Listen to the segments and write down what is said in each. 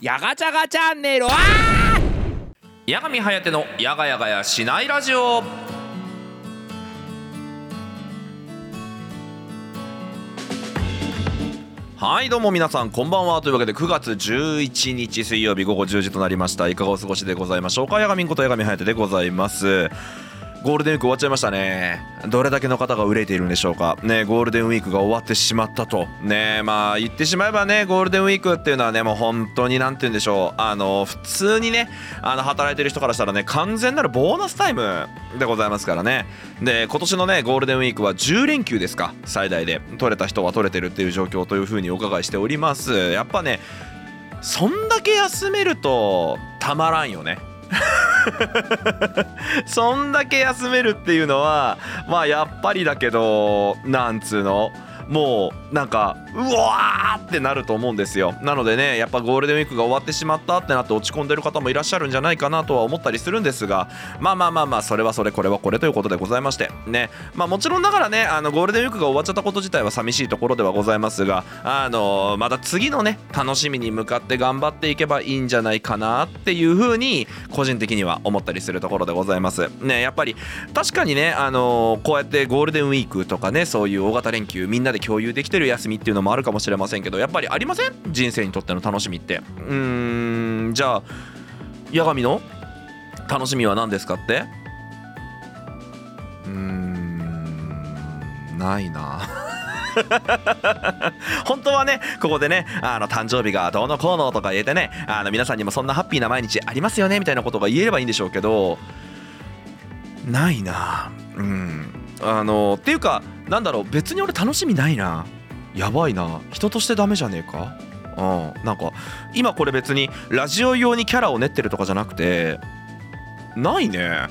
やがちゃがチャンネル。 八神颯のやがやがやしないラジオ。はいどうも皆さんこんばんは。というわけで9月11日水曜日午後10時となりました。いかがお過ごしでございましょうか。八神こと八神颯でございます。ゴールデンウィーク終わっちゃいましたね。どれだけの方が憂いているんでしょうかね。ゴールデンウィークが終わってしまったとね。まあ言ってしまえばね、ゴールデンウィークっていうのはね、もう本当になんて言うんでしょう、普通にね働いてる人からしたらね、完全なるボーナスタイムでございますからね。で今年のねゴールデンウィークは10連休ですか、最大で取れた人は取れてるっていう状況というふうにお伺いしております。やっぱねそんだけ休めるとたまらんよねそんだけ休めるっていうのはまあやっぱりだけど、なんつうの、もうなんかうわーってなると思うんですよ。なのでね、やっぱゴールデンウィークが終わってしまったってなって落ち込んでる方もいらっしゃるんじゃないかなとは思ったりするんですが、まあそれはそれこれはこれということでございましてね。まあもちろんながらね、ゴールデンウィークが終わっちゃったこと自体は寂しいところではございますが、また次のね楽しみに向かって頑張っていけばいいんじゃないかなっていうふうに個人的には思ったりするところでございますね。やっぱり確かにね、こうやってゴールデンウィークとかね、そういう大型連休みんなで共有できてる休みっていうのもあるかもしれませんけど、やっぱりありません？人生にとっての楽しみって。じゃあ八神の楽しみは何ですかって？ないな本当はねここでね誕生日がどうのこうのとか言えてね、皆さんにもそんなハッピーな毎日ありますよねみたいなことが言えればいいんでしょうけど、ないな。っていうかなんだろう、別に俺楽しみないな。やばいな、人としてダメじゃねえか。なんか今これ別にラジオ用にキャラを練ってるとかじゃなくて、ないね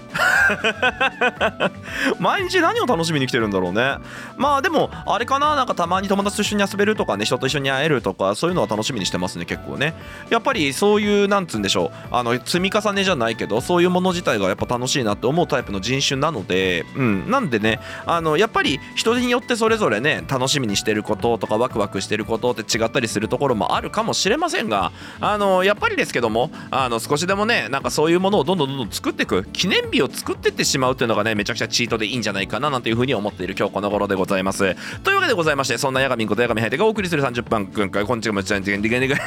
毎日何を楽しみに来てるんだろうね。まあでもあれかな、なんかたまに友達と一緒に遊べるとかね、人と一緒に会えるとか、そういうのは楽しみにしてますね、結構ね。やっぱりそういうなんつうんでしょう、積み重ねじゃないけどそういうもの自体がやっぱ楽しいなって思うタイプの人種なので、なんでねやっぱり人によってそれぞれね楽しみにしてることとかワクワクしてることって違ったりするところもあるかもしれませんが、やっぱりですけども少しでもねなんかそういうものをどんどん作っていく、記念日を作ってってしまうっていうのがねめちゃくちゃチートでいいんじゃないかななんていうふうに思っている今日この頃でございます。というわけでございまして、そんな八神こと八神颯がお送りする30分間、こんちがもちゃんちがんでがんでが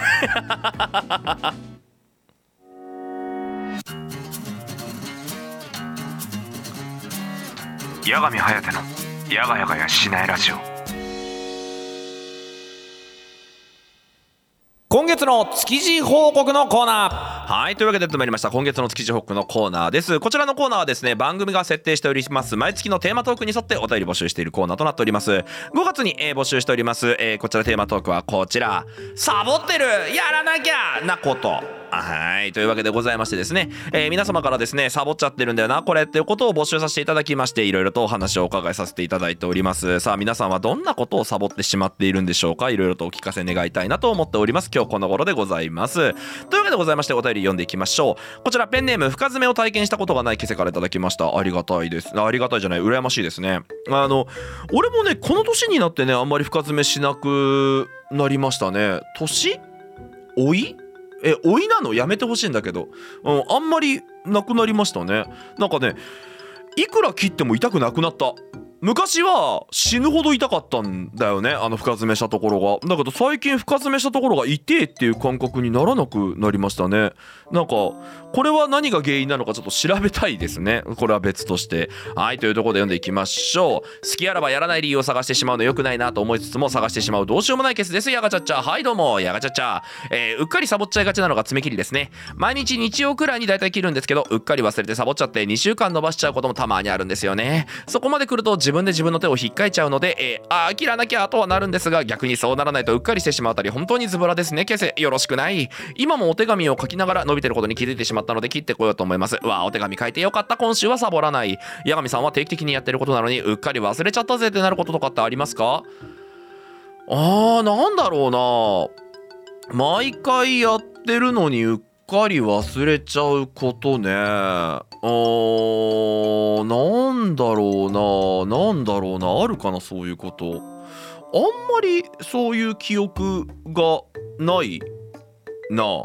八神颯のやがやがやしないラジオ。今月の築地報告のコーナー。はい、というわけでやってまいりました今月の築地報告のコーナーです。こちらのコーナーはですね、番組が設定しております毎月のテーマトークに沿ってお便り募集しているコーナーとなっております。5月に、募集しております、こちらテーマトークはこちら、サボってるやらなきゃなこと。はい、というわけでございましてですね、皆様からですね、サボっちゃってるんだよなこれっていうことを募集させていただきまして、いろいろとお話をお伺いさせていただいております。さあ皆さんはどんなことをサボってしまっているんでしょうか。いろいろとお聞かせ願いたいなと思っております。今日この頃でございます。というわけでございまして、お便り読んでいきましょう。こちらペンネーム深爪を体験したことがないケセからいただきました。ありがたいです。ありがたいじゃない、羨ましいですね。俺もねこの年になってねあんまり深爪しなくなりましたね。年老い老いなのやめてほしいんだけど、あんまりなくなりましたね。なんかね、いくら切っても痛くなくなった。昔は死ぬほど痛かったんだよね、深爪したところが。だけど最近深爪したところが痛えっていう感覚にならなくなりましたね。なんかこれは何が原因なのかちょっと調べたいですね。これは別として。はい、というところで読んでいきましょう。好きあらばやらない理由を探してしまうの良くないなと思いつつも探してしまうどうしようもないケースです。やがちゃっちゃ。はいどうもやがちゃっちゃ。うっかりサボっちゃいがちなのが爪切りですね。毎日日曜くらいにだいたい切るんですけど、うっかり忘れてサボっちゃって2週間伸ばしちゃうこともたまにあるんですよね。そこまで来ると自分で自分の手を引っかいちゃうので、切らなきゃとはなるんですが、逆にそうならないとうっかりしてしまうあたり本当にズボラですね。ケセよろしくない。今もお手紙を書きながら伸びてることに気づいてしまったので切ってこようと思います。お手紙書いてよかった。今週はサボらない。八神さんは定期的にやってることなのにうっかり忘れちゃったぜってなることとかってありますか？なんだろうな、毎回やってるのにうっかり忘れちゃうことね。なんだろうな、あるかな、そういうこと。あんまりそういう記憶がないな。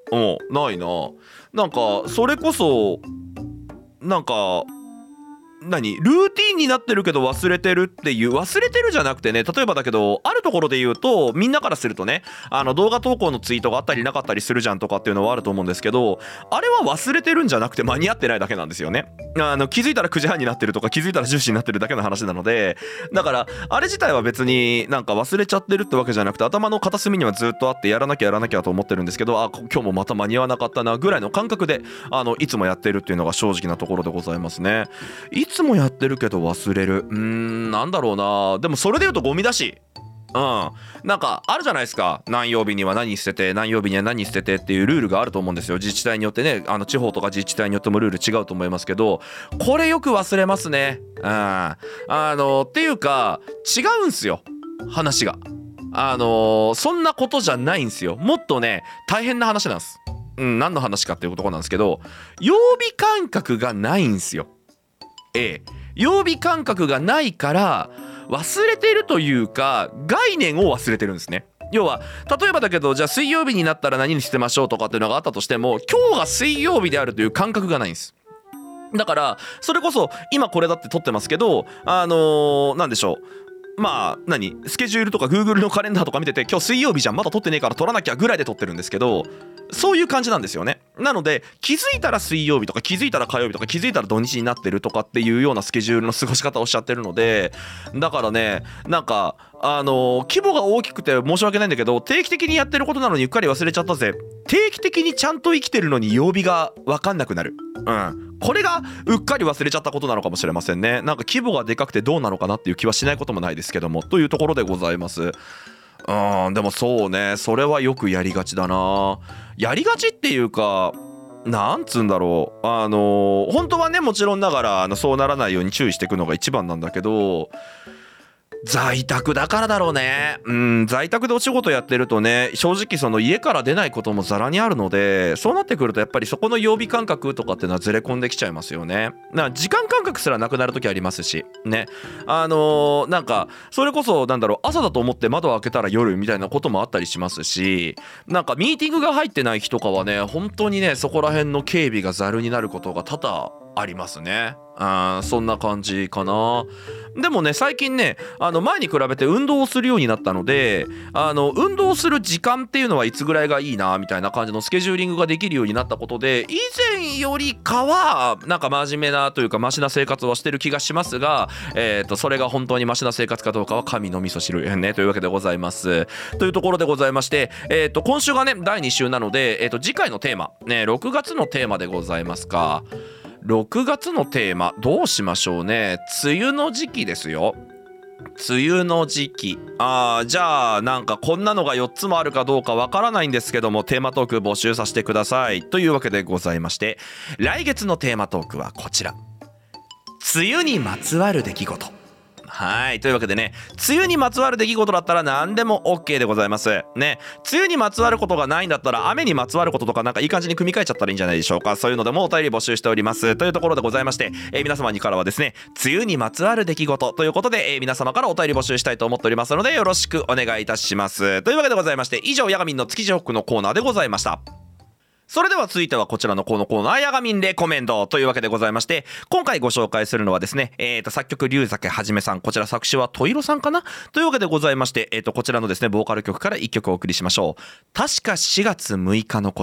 ないな。なんかそれこそなんかルーティンになってるけど忘れてるっていう、忘れてるじゃなくてね、例えばだけどあるところで言うと、みんなからするとね、動画投稿のツイートがあったりなかったりするじゃんとかっていうのはあると思うんですけど、あれは忘れてるんじゃなくて間に合ってないだけなんですよね。気づいたら9時半になってるとか気づいたら10時になってるだけの話なので、だからあれ自体は別になんか忘れちゃってるってわけじゃなくて、頭の片隅にはずっとあってやらなきゃと思ってるんですけど、今日もまた間に合わなかったなぐらいの感覚でいつもやってるっていうのが正直なところでございますね。いつもやってるけど忘れる、なんだろうな。でもそれで言うとゴミだし、なんかあるじゃないですか。何曜日には何捨てて、何曜日には何捨ててっていうルールがあると思うんですよ。自治体によってね、地方とか自治体によってもルール違うと思いますけど、これよく忘れますね。っていうか違うんすよ、話が。そんなことじゃないんすよ。もっとね大変な話なんです。何の話かっていうところなんですけど、曜日感覚がないんすよ。曜日感覚がないから忘れてるというか、概念を忘れてるんですね。要は例えばだけど、じゃあ水曜日になったら何にしてましょうとかっていうのがあったとしても、今日が水曜日であるという感覚がないんです。だからそれこそ今これだって撮ってますけど、なんでしょう、スケジュールとか Google のカレンダーとか見てて、今日水曜日じゃん、まだ撮ってねえから撮らなきゃぐらいで撮ってるんですけど、そういう感じなんですよね。なので気づいたら水曜日とか気づいたら火曜日とか気づいたら土日になってるとかっていうようなスケジュールの過ごし方をしちゃってるので、だからね、なんか規模が大きくて申し訳ないんだけど、定期的にやってることなのにうっかり忘れちゃったぜ。定期的にちゃんと生きてるのに曜日が分かんなくなる。これがうっかり忘れちゃったことなのかもしれませんね。なんか規模がでかくてどうなのかなっていう気はしないこともないですけども、というところでございます。でもそうね、それはよくやりがちだな。やりがちっていうか、なんつうんだろう、本当はねもちろんながらそうならないように注意していくのが一番なんだけど、在宅だからだろうね。在宅でお仕事やってるとね、正直その家から出ないこともザラにあるので、そうなってくるとやっぱりそこの曜日感覚とかっていうのはずれ込んできちゃいますよね。時間感覚すらなくなる時ありますしね。なんかそれこそなんだろう、朝だと思って窓を開けたら夜みたいなこともあったりしますし、なんかミーティングが入ってない日とかはね、本当にねそこら辺の警備がザルになることが多々ありますね。そんな感じかな。でもね最近ね前に比べて運動をするようになったので、運動する時間っていうのはいつぐらいがいいなみたいな感じのスケジューリングができるようになったことで、以前よりかはなんか真面目なというかマシな生活をしてる気がしますが、それが本当にマシな生活かどうかは神の味噌汁ねというわけでございます。というところでございまして、今週がね第2週なので、次回のテーマね、6月のテーマでございますか。6月のテーマどうしましょうね。梅雨の時期ですよ。梅雨の時期。じゃあなんかこんなのが4つもあるかどうかわからないんですけども、テーマトーク募集させてください。というわけでございまして、来月のテーマトークはこちら。梅雨にまつわる出来事。はい、というわけでね、梅雨にまつわる出来事だったら何でも OK でございますね。梅雨にまつわることがないんだったら雨にまつわることとかなんかいい感じに組み替えちゃったらいいんじゃないでしょうか。そういうのでもお便り募集しておりますというところでございまして、皆様にからはですね、梅雨にまつわる出来事ということで、皆様からお便り募集したいと思っておりますのでよろしくお願いいたします。というわけでございまして、以上ヤガミンの築地ホックのコーナーでございました。それでは続いてはこちらのこのコーナー、ヤガミンレコメンドというわけでございまして、今回ご紹介するのはですね、作曲龍崎はじめさん、こちら作詞はトイロさんかなというわけでございまして、こちらのですねボーカル曲から1曲お送りしましょう。確か4月6日のこと。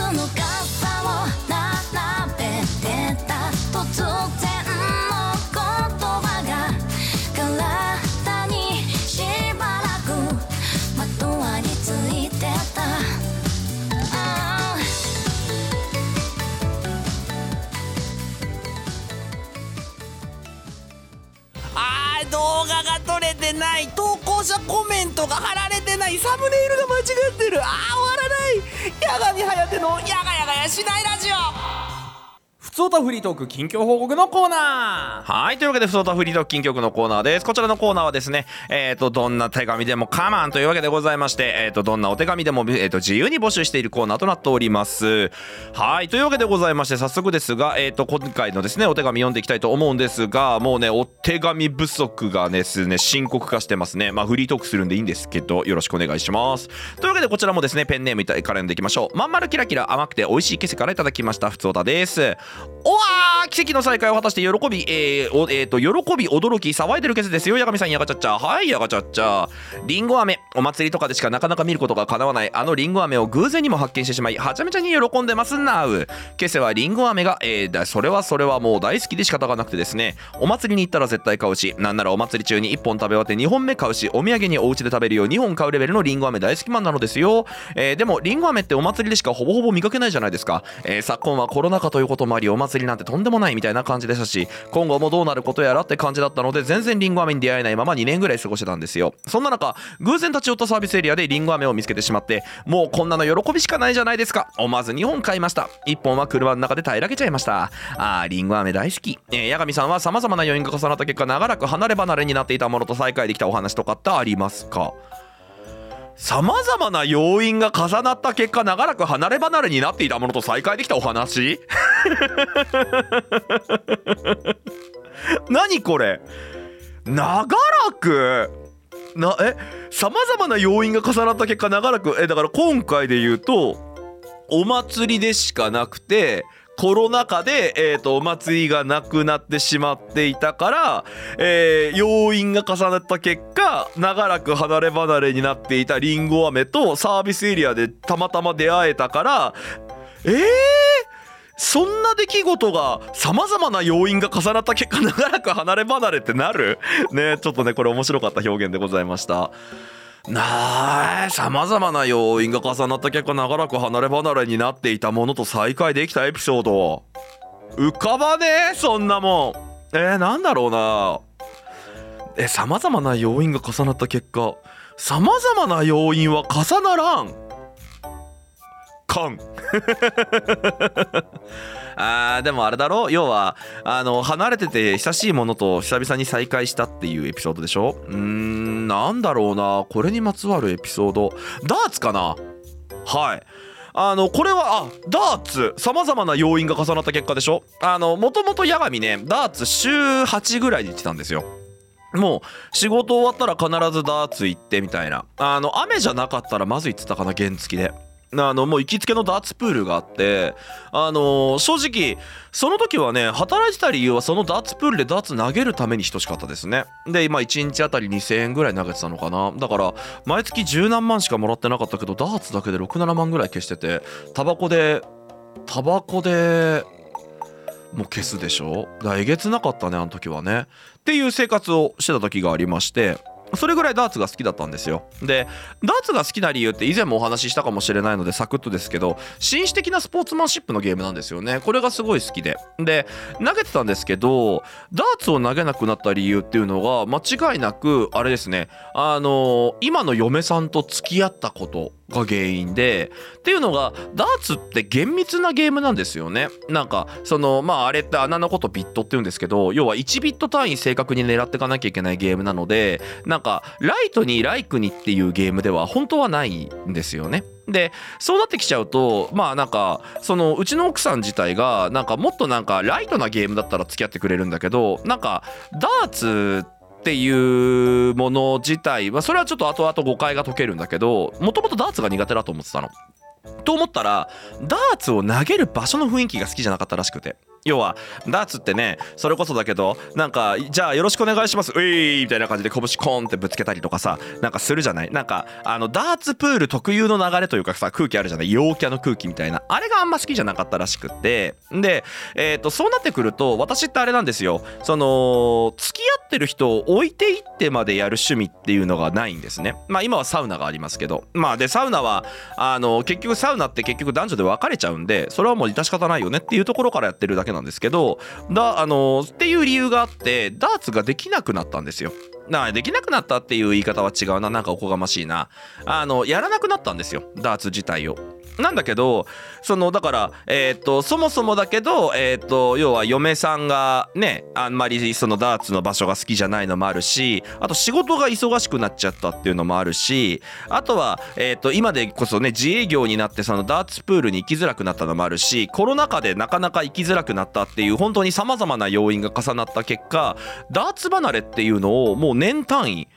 の傘を並べてた突然の言葉が体にしばらくまとわりついてた。 動画が撮れてない、投稿者コメントが貼られてない、サムネイルが間違ってる、終わらない。八神颯のやがやがやしないラジオ。ふつおたフリートーク近況報告のコーナー。はい、というわけでふつおたフリートーク近況のコーナーです。こちらのコーナーはですね、どんな手紙でもカマンというわけでございまして、どんなお手紙でも、自由に募集しているコーナーとなっております。はい、というわけでございまして、早速ですが、今回のですねお手紙読んでいきたいと思うんですが、もうねお手紙不足がですね深刻化してますね。まあフリートークするんでいいんですけど、よろしくお願いします。というわけでこちらもですねペンネームから読んでいきましょう。まんまるキラキラ甘くて美味しいケセからいただきましたふつおたです。おわー、奇跡の再会を果たして喜び驚き騒いでるケセですよ。やがみさん、やがちゃっちゃ。はい、やがちゃっちゃ。リンゴ飴、お祭りとかでしかなかなか見ることが叶わないあのリンゴ飴を偶然にも発見してしまい、はちゃめちゃに喜んでますなう。ケセはリンゴ飴が、それはもう大好きで仕方がなくてですね、お祭りに行ったら絶対買うし、なんならお祭り中に1本食べ終わって2本目買うし、お土産にお家で食べるよう2本買うレベルのリンゴ飴大好きマンなのですよ。でもリンゴ飴ってお祭りでしかほぼほぼ見かけないじゃないですか。昨今はコロナ禍ということもあり、お祭りなんてとんでもないみたいな感じでしたし、今後もどうなることやらって感じだったので、全然リンゴ飴に出会えないまま2年ぐらい過ごしてたんですよ。そんな中、偶然立ち寄ったサービスエリアでリンゴ飴を見つけてしまって、もうこんなの喜びしかないじゃないですか。思わず2本買いました。1本は車の中で平らげちゃいました。リンゴ飴大好き。八神さんは様々な要因が重なった結果、長らく離れ離れになっていたものと再会できたお話とかってありますか？様々な要因が重なった結果、長らく離れ離れになっていたものと再会できたお話何これ、長らく様々な要因が重なった結果長らく、だから今回で言うとお祭りでしかなくて、コロナ禍で、お祭りがなくなってしまっていたから、要因が重なった結果、長らく離れ離れになっていたリンゴ飴とサービスエリアでたまたま出会えたから、そんな出来事が様々な要因が重なった結果、長らく離れ離れってなるね。ちょっとねこれ面白かった表現でございました。様々な要因が重なった結果、長らく離れ離れになっていたものと再会できたエピソード浮かばねえ、そんなもん。なんだろうな。様々な要因が重なった結果、様々な要因は重ならんかんでもあれだろう、要は離れてて久しいものと久々に再会したっていうエピソードでしょ。なんだろうな、これにまつわるエピソード、ダーツかな。はい、これはダーツ様々な要因が重なった結果でしょ。もともと八神ねダーツ週8ぐらいで行ってたんですよ。もう仕事終わったら必ずダーツ行ってみたいな。雨じゃなかったらまず行ってたかな、原付で。もう行きつけのダーツプールがあって、正直その時はね働いてた理由はそのダーツプールでダーツ投げるために等しかったですね。で今1日あたり2000円ぐらい投げてたのかな。だから毎月10何万しかもらってなかったけど、ダーツだけで6、7万ぐらい消してて、タバコでもう消すでしょ。えげつなかったねあの時はね。っていう生活をしてた時がありまして、それぐらいダーツが好きだったんですよ。でダーツが好きな理由って以前もお話ししたかもしれないのでサクッとですけど、紳士的なスポーツマンシップのゲームなんですよね。これがすごい好きで投げてたんですけど、ダーツを投げなくなった理由っていうのが間違いなくあれですね、今の嫁さんと付き合ったことが原因で、っていうのがダーツって厳密なゲームなんですよね。なんかあれって穴のことビットって言うんですけど、要は1ビット単位正確に狙っていかなきゃいけないゲームなので、なんかライトにライクにっていうゲームでは本当はないんですよね。でそうなってきちゃうとなんかうちの奥さん自体がなんかもっとなんかライトなゲームだったら付き合ってくれるんだけど、なんかダーツっていうもの自体はそれはちょっと後々誤解が解けるんだけど、もともとダーツが苦手だと思ってたの。と思ったらダーツを投げる場所の雰囲気が好きじゃなかったらしくて、 要はダーツってね、それこそだけどなんかじゃあよろしくお願いしますみたいな感じで拳コーンってぶつけたりとかさ、なんかするじゃない。なんかダーツプール特有の流れというかさ、空気あるじゃない、陽キャの空気みたいな、あれがあんま好きじゃなかったらしくって、でそうなってくると私ってあれなんですよ、その付き合ってる人を置いていってまでやる趣味っていうのがないんですね。まあ今はサウナがありますけど、まあでサウナは結局サウナって結局男女で分かれちゃうんで、それはもう致し方ないよねっていうところからやってるだけなんですけど、っていう理由があってダーツができなくなったんですよ。できなくなったっていう言い方は違うな、なんかおこがましいな。やらなくなったんですよ、ダーツ自体を。なんだけどだからそもそもだけど要は嫁さんがねあんまりそのダーツの場所が好きじゃないのもあるし、あと仕事が忙しくなっちゃったっていうのもあるし、あとは今でこそね自営業になってそのダーツプールに行きづらくなったのもあるし、コロナ禍でなかなか行きづらくなったっていう本当に様々な要因が重なった結果、ダーツ離れっていうのをもう年単位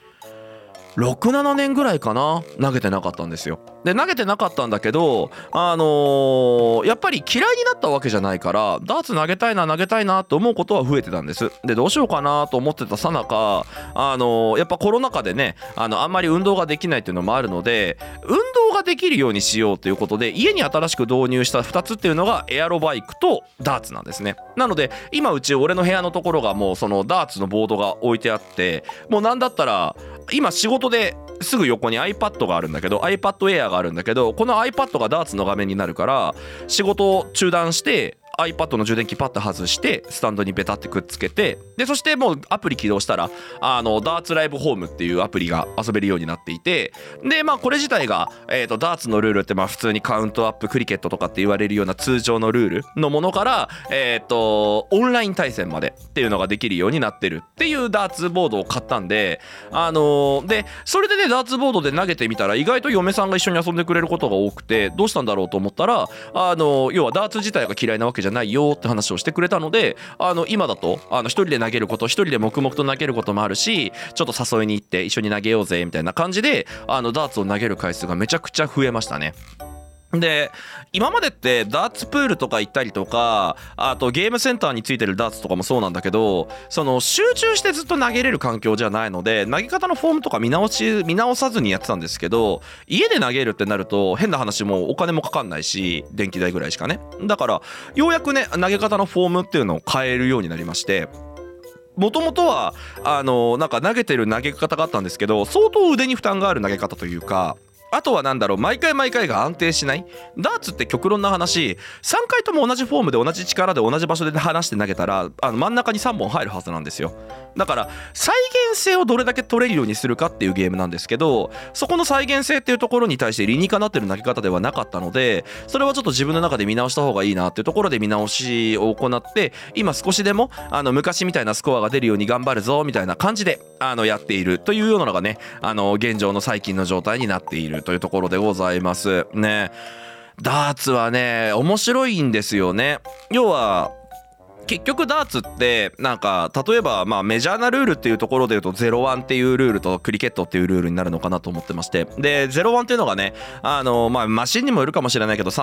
6、7年ぐらいかな投げてなかったんですよ。で投げてなかったんだけどやっぱり嫌いになったわけじゃないから、ダーツ投げたいなと思うことは増えてたんです。でどうしようかなと思ってたさなかやっぱコロナ禍でねあんまり運動ができないっていうのもあるので、運動ができるようにしようということで家に新しく導入した2つっていうのがエアロバイクとダーツなんですね。なので今うち俺の部屋のところがもうそのダーツのボードが置いてあって、もうなんだったら今仕事ですぐ横に iPad があるんだけど iPad Air があるんだけど、この iPad がダーツの画面になるから仕事を中断してiPad の充電器パッと外してスタンドにベタってくっつけて、でそしてもうアプリ起動したらダーツライブホームっていうアプリが遊べるようになっていて、でまあこれ自体がダーツのルールってまあ普通にカウントアップクリケットとかって言われるような通常のルールのものからオンライン対戦までっていうのができるようになってるっていうダーツボードを買ったんででそれでねダーツボードで投げてみたら意外と嫁さんが一緒に遊んでくれることが多くて、どうしたんだろうと思ったら要はダーツ自体が嫌いなわけじゃないよって話をしてくれたので、今だと一人で投げること、一人で黙々と投げることもあるし、ちょっと誘いに行って一緒に投げようぜみたいな感じでダーツを投げる回数がめちゃくちゃ増えましたね。で今までってダーツプールとか行ったりとか、あとゲームセンターについてるダーツとかもそうなんだけど、その集中してずっと投げれる環境じゃないので投げ方のフォームとか見直さずにやってたんですけど、家で投げるってなると変な話もお金もかかんないし電気代ぐらいしかね。だからようやくね投げ方のフォームっていうのを変えるようになりまして、もともとはなんか投げてる投げ方があったんですけど、相当腕に負担がある投げ方というか、あとはなんだろう、毎回が安定しない。ダーツって極論な話、3回とも同じフォームで同じ力で同じ場所で離して投げたら真ん中に3本入るはずなんですよ。だから再現性をどれだけ取れるようにするかっていうゲームなんですけど、そこの再現性っていうところに対して理にかなってる投げ方ではなかったので、それはちょっと自分の中で見直した方がいいなっていうところで見直しを行って、今少しでも昔みたいなスコアが出るように頑張るぞみたいな感じでやっているというようなのがね現状の最近の状態になっているというところでございますね。ダーツはね面白いんですよね。要は結局ダーツってなんか例えばメジャーなルールっていうところで言うと01っていうルールとクリケットっていうルールになるのかなと思ってまして、で01っていうのがねマシンにもよるかもしれないけど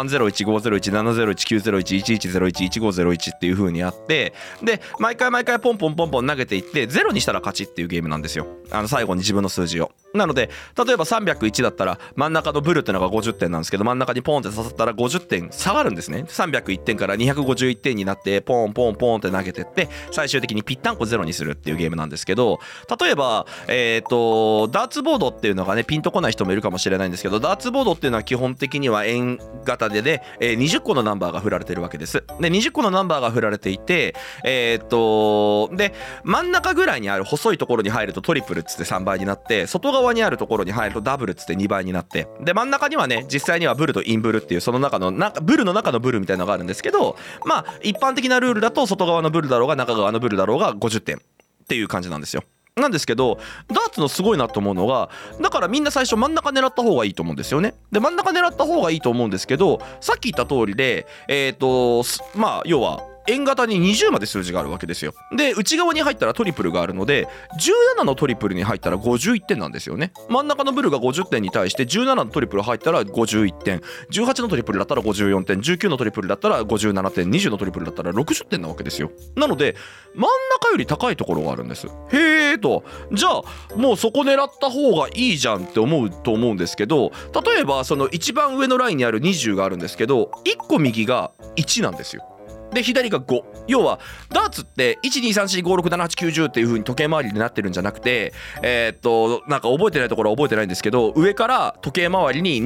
30150170111011501っていう風にあって、で毎回ポンポン投げていって0にしたら勝ちっていうゲームなんですよ。最後に自分の数字を。なので例えば301だったら真ん中のブルってのが50点なんですけど、真ん中にポンって刺さったら50点下がるんですね。301点から251点になってポンって投げてって最終的にぴったんこゼロにするっていうゲームなんですけど、例えばダーツボードっていうのがねピンとこない人もいるかもしれないんですけど、ダーツボードっていうのは基本的には円型でね20個のナンバーが振られてるわけです。で20個のナンバーが振られていてで真ん中ぐらいにある細いところに入るとトリプルっつって3倍になって、外側にあるところに入るとダブルっつって2倍になって、で真ん中にはね実際にはブルとインブルっていうその中のブルの中のブルみたいなのがあるんですけど、一般的なルールだと外側のブルだろうが中側のブルだろうが50点っていう感じなんですよ。なんですけどダーツのすごいなと思うのが、だからみんな最初真ん中狙った方がいいと思うんですよね。で真ん中狙った方がいいと思うんですけど、さっき言った通りで要は円型に20まで数字があるわけですよ。で内側に入ったらトリプルがあるので17のトリプルに入ったら51点なんですよね。真ん中のブルが50点に対して17のトリプル入ったら51点、18のトリプルだったら54点、19のトリプルだったら57点、20のトリプルだったら60点なわけですよ。なので真ん中より高いところがあるんです。へーと、じゃあもうそこ狙った方がいいじゃんって思うと思うんですけど、例えばその一番上のラインにある20があるんですけど、1個右が1なんですよ。で左が5。要はダーツって12345678910っていう風に時計回りになってるんじゃなくて、なんか覚えてないところは覚えてないんですけど、上から時計回りに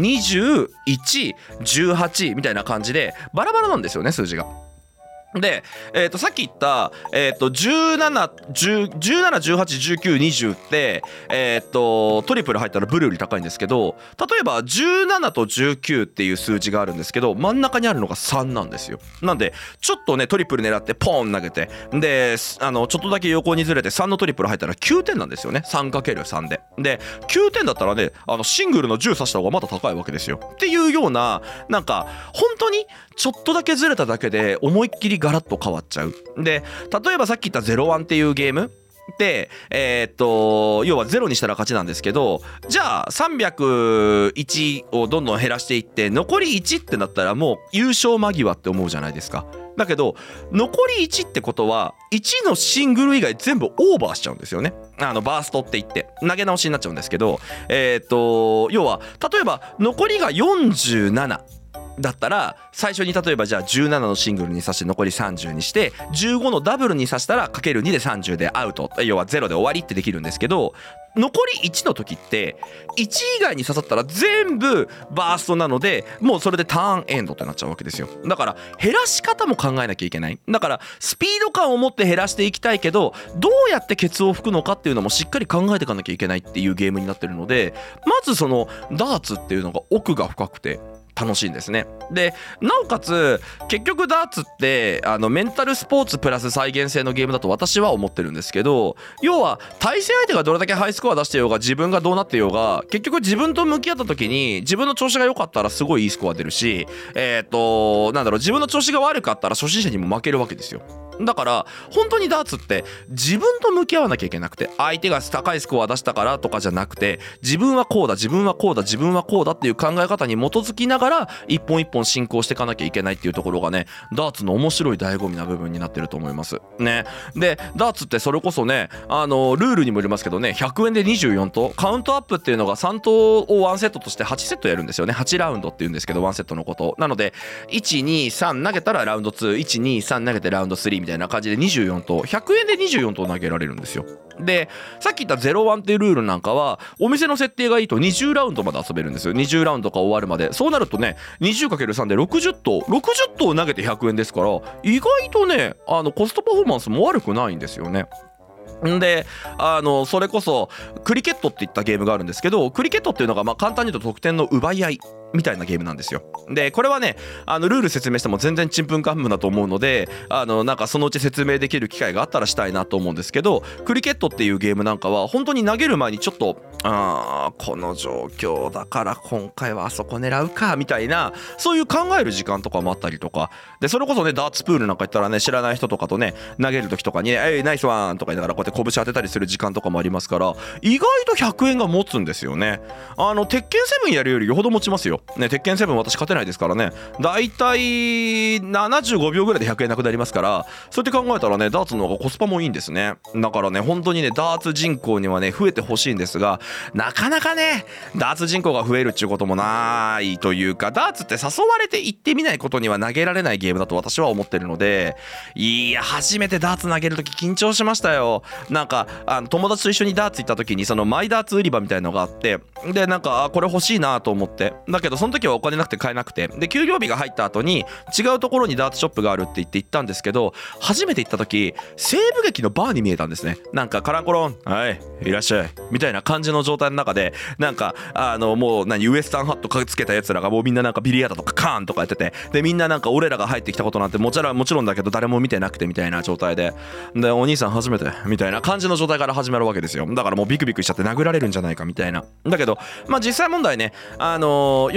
2118みたいな感じでバラバラなんですよね、数字が。で、さっき言った、17、18、19、20って、トリプル入ったらブルより高いんですけど、例えば17と19っていう数字があるんですけど、真ん中にあるのが3なんですよ。なんでちょっとねトリプル狙ってポーン投げて、でちょっとだけ横にずれて3のトリプル入ったら9点なんですよね。 3×3 で9点だったらねシングルの10刺した方がまだ高いわけですよっていうような、なんか本当にちょっとだけずれただけで思いっきりガラッと変わっちゃう。で例えばさっき言った01っていうゲームで要は0にしたら勝ちなんですけど、じゃあ301をどんどん減らしていって残り1ってなったらもう優勝間際って思うじゃないですか。だけど残り1ってことは1のシングル以外全部オーバーしちゃうんですよね。バーストって言って投げ直しになっちゃうんですけど、要は例えば残りが47だったら最初に例えばじゃあ17のシングルに刺して残り30にして15のダブルに刺したらかける2で30でアウト、要は0で終わりってできるんですけど、残り1の時って1以外に刺さったら全部バーストなのでもうそれでターンエンドってなっちゃうわけですよ。だから減らし方も考えなきゃいけない。だからスピード感を持って減らしていきたいけどどうやってケツを吹くのかっていうのもしっかり考えていかなきゃいけないっていうゲームになってるので、まずそのダーツっていうのが奥が深くて楽しいんですね。でなおかつ結局ダーツってメンタルスポーツプラス再現性のゲームだと私は思ってるんですけど、要は対戦相手がどれだけハイスコア出してようが自分がどうなってようが結局自分と向き合った時に自分の調子が良かったらすごいいいスコア出るし、自分の調子が悪かったら初心者にも負けるわけですよ。だから本当にダーツって自分と向き合わなきゃいけなくて、相手が高いスコア出したからとかじゃなくて自分はこうだ自分はこうだ自分はこうだっていう考え方に基づきながら一本一本進行していかなきゃいけないっていうところがねダーツの面白い醍醐味な部分になってると思いますね。でダーツってそれこそねルールにもよりますけどね100円で24投カウントアップっていうのが3投を1セットとして8セットやるんですよね。8ラウンドっていうんですけど1セットのことなので 1,2,3 投げたらラウンド 2,1,2,3 投げてラウンド3みたいな感じで24投100円で24投投げられるんですよ。でさっき言った01っていうルールなんかはお店の設定がいいと20ラウンドまで遊べるんですよ。20ラウンドが終わるまで。そうなるとね 20×3 で60投投げて100円ですから意外とねコストパフォーマンスも悪くないんですよね。でそれこそクリケットっていったゲームがあるんですけど、クリケットっていうのが簡単に言うと得点の奪い合いみたいなゲームなんですよ。でこれはねルール説明しても全然ちんぷんかんぷんだと思うのでなんかそのうち説明できる機会があったらしたいなと思うんですけど、クリケットっていうゲームなんかは本当に投げる前にちょっとこの状況だから今回はあそこ狙うかみたいなそういう考える時間とかもあったりとかで、それこそねダーツプールなんか行ったらね知らない人とかとね投げる時とかに「ナイスワン」とか言いながらこうやって拳当てたりする時間とかもありますから意外と100円が持つんですよね。鉄拳7やるよりよほど持ちますよね。鉄拳7私勝てないですからね。だいたい75秒ぐらいで100円なくなりますから、そうやって考えたらねダーツの方がコスパもいいんですね。だからね本当にねダーツ人口にはね増えてほしいんですが、なかなかねダーツ人口が増えるっていうこともないというか、ダーツって誘われて行ってみないことには投げられないゲームだと私は思ってるので、いや初めてダーツ投げるとき緊張しましたよ。なんか友達と一緒にダーツ行った時にそのマイダーツ売り場みたいのがあって、でなんかこれ欲しいなと思って、だけどその時はお金なくて買えなくて、で給料日が入った後に違うところにダーツショップがあるって言って行ったんですけど、初めて行った時西部劇のバーに見えたんですね。なんかカランコロンはいいらっしゃいみたいな感じの状態の中で、なんかもうウエスタンハットつけたやつらがもうみんななんかビリヤードとかカーンとかやってて、でみんななんか俺らが入ってきたことなんてもちろんだけど誰も見てなくてみたいな状態で、でお兄さん初めてみたいな感じの状態から始まるわけですよ。だからもうビクビクしちゃって殴られるんじゃないかみたいな。だけど実際問題ね要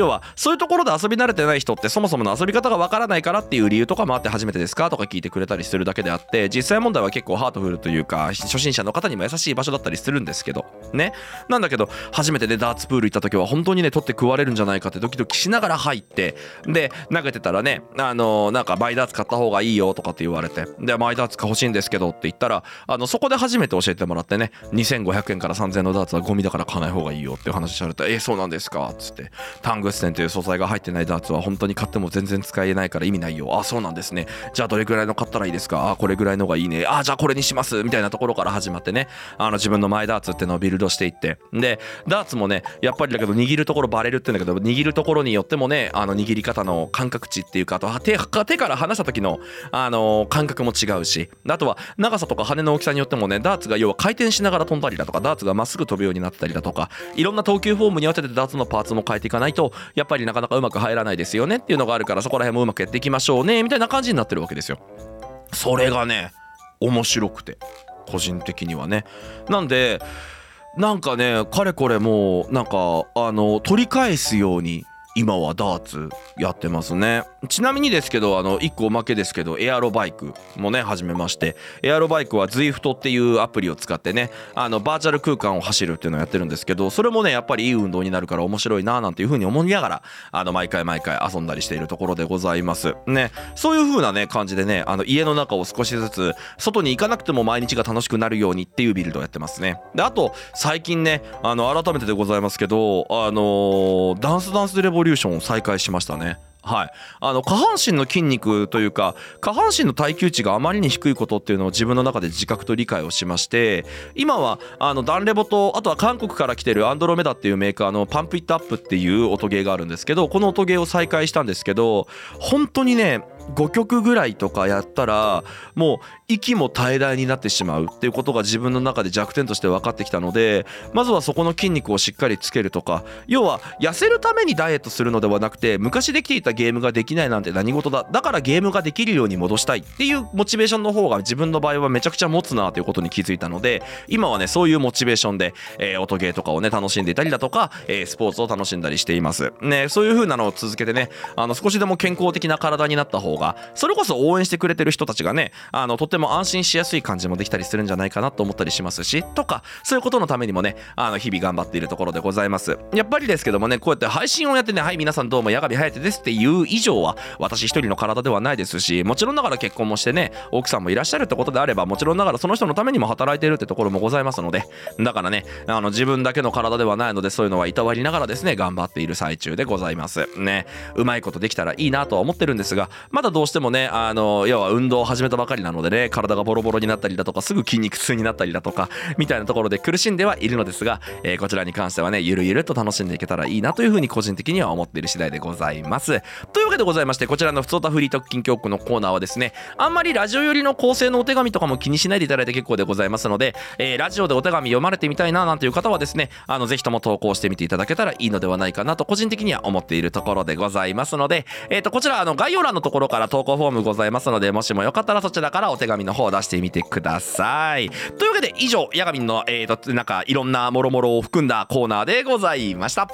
要はそういうところで遊び慣れてない人ってそもそもの遊び方がわからないからっていう理由とかもあって初めてですかとか聞いてくれたりするだけであって、実際問題は結構ハートフルというか初心者の方にも優しい場所だったりするんですけどね。なんだけど初めてでダーツプール行った時は本当にね取って食われるんじゃないかってドキドキしながら入って、で投げてたらねなんかマイダーツ買った方がいいよとかって言われて、でマイダーツ欲しいんですけどって言ったらそこで初めて教えてもらってね、2500円から3000円のダーツはゴミだから買わない方がいいよっていう話されて、そうなんですかっつって、タングステンという素材が入ってないダーツは本当に買っても全然使えないから意味ないよ。そうなんですね。じゃあどれくらいの買ったらいいですか。これぐらいのがいいね。じゃあこれにしますみたいなところから始まってね、自分のマイダーツっていうのをビルドしていって、でダーツもねやっぱりだけど握るところバレるって言うんだけど、握るところによってもね握り方の感覚値っていうか、あと手から離した時の感覚も違うし、あとは長さとか羽の大きさによってもね、ダーツが要は回転しながら飛んだりだとか、ダーツがまっすぐ飛ぶようになったりだとか、いろんな投球フォームに合わせてダーツのパーツも変えていかないとやっぱりなかなかうまく入らないですよねっていうのがあるから、そこら辺もうまくやっていきましょうねみたいな感じになってるわけですよ。それがね面白くて個人的にはね。なんでなんかねかれこれもうなんか取り返すように今はダーツやってますね。ちなみにですけど1個おまけですけど、エアロバイクもね始めまして、エアロバイクは Zwift っていうアプリを使ってねバーチャル空間を走るっていうのをやってるんですけど、それもねやっぱりいい運動になるから面白いななんていう風に思いながら毎回遊んだりしているところでございますね。そういう風なね感じでね家の中を少しずつ外に行かなくても毎日が楽しくなるようにっていうビルドをやってますね。であと最近ね改めてでございますけどダンスレボリューションを再開しましたね。はい、下半身の筋肉というか下半身の耐久値があまりに低いことっていうのを自分の中で自覚と理解をしまして、今はダンレボとあとは韓国から来てるアンドロメダっていうメーカーのパンプイットアップっていう音ゲーがあるんですけど、この音ゲーを再開したんですけど、本当にね5曲ぐらいとかやったらもう息も絶え絶えになってしまうっていうことが自分の中で弱点として分かってきたので、まずはそこの筋肉をしっかりつけるとか、要は痩せるためにダイエットするのではなくて、昔できていたゲームができないなんて何事だ、だからゲームができるように戻したいっていうモチベーションの方が自分の場合はめちゃくちゃ持つなということに気づいたので、今はねそういうモチベーションで、音ゲーとかをね楽しんでいたりだとか、スポーツを楽しんだりしていますね。そういう風なのを続けてね少しでも健康的な体になった方が、それこそ応援してくれてる人たちがねとっても安心しやすい感じもできたりするんじゃないかなと思ったりしますし、とかそういうことのためにもね日々頑張っているところでございます。やっぱりですけどもね、こうやって配信をやってね、はい皆さんどうも矢上颯ですっていう以上は私一人の体ではないですし、もちろんながら結婚もしてね奥さんもいらっしゃるってことであれば、もちろんながらその人のためにも働いているってところもございますので、だからね自分だけの体ではないので、そういうのはいたわりながらですね頑張っている最中でございますね。うまいことできたらいいなとは思ってるんですが、まだどうしてもね要は運動を始めたばかりなのでね、体がボロボロになったりだとかすぐ筋肉痛になったりだとかみたいなところで苦しんではいるのですが、こちらに関してはねゆるゆると楽しんでいけたらいいなというふうに個人的には思っている次第でございます。というわけでございまして、こちらのふつおたフリートーク近況区のコーナーはですね、あんまりラジオ寄りの構成のお手紙とかも気にしないでいただいて結構でございますので、ラジオでお手紙読まれてみたいななんていう方はですねぜひとも投稿してみていただけたらいいのではないかなと個人的には思っているところでございますので、こちら概要欄のところから投稿フォームございますので、もしもよかったらそちらからお手紙の方を出してみてください。というわけで以上、矢上のなんかいろんなもろもろを含んだコーナーでございました。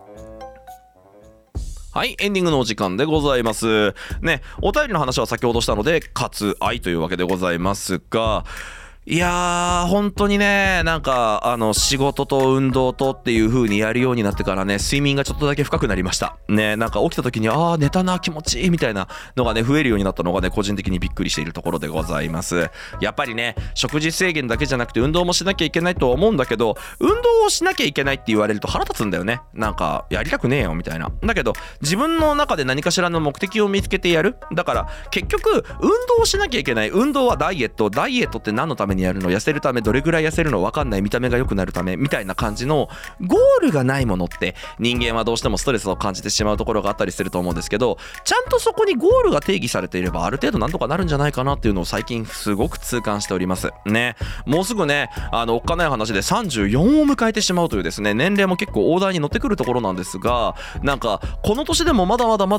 はい、エンディングのお時間でございますね。お便りの話は先ほどしたので割愛というわけでございますが、いやー本当にね、なんか仕事と運動とっていう風にやるようになってからね、睡眠がちょっとだけ深くなりましたね。なんか起きた時に寝たな気持ちいいみたいなのがね増えるようになったのがね個人的にびっくりしているところでございます。やっぱりね食事制限だけじゃなくて運動もしなきゃいけないとは思うんだけど、運動をしなきゃいけないって言われると腹立つんだよね。なんかやりたくねえよみたいな。だけど自分の中で何かしらの目的を見つけてやる。だから結局運動をしなきゃいけない。運動はダイエットって何のためにやるの、痩せるため、どれぐらい痩せるの分かんない、見た目が良くなるためみたいな感じのゴールがないものって人間はどうしてもストレスを感じてしまうところがあったりすると思うんですけど、ちゃんとそこにゴールが定義されていればある程度なんとかなるんじゃないかなっていうのを最近すごく痛感しておりますね。もうすぐねおっかない話で34を迎えてしまうというですね、年齢も結構大台に乗ってくるところなんですが、なんかこの年でもまだまだ気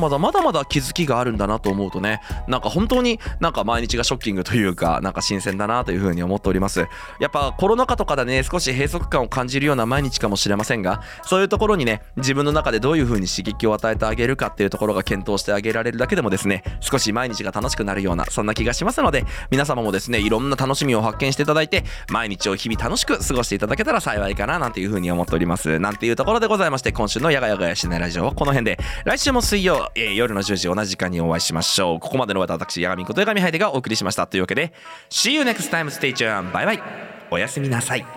づきがあるんだなと思うとね、なんか本当になんか毎日がショッキングというか、なんか新鮮だなというふうに思っております。やっぱコロナ禍とかでね少し閉塞感を感じるような毎日かもしれませんが、そういうところにね自分の中でどういうふうに刺激を与えてあげるかっていうところが検討してあげられるだけでもですね、少し毎日が楽しくなるようなそんな気がしますので、皆様もですねいろんな楽しみを発見していただいて毎日を日々楽しく過ごしていただけたら幸いかななんていうふうに思っておりますなんていうところでございまして、今週のやがやがやしないラジオはこの辺で、来週も水曜、夜の10時同じ時間にお会いしましょう。ここまでの私やがみことやがみはいでがお送りしました。というわけで See you next time, stay tuned, バイバイ、おやすみなさい。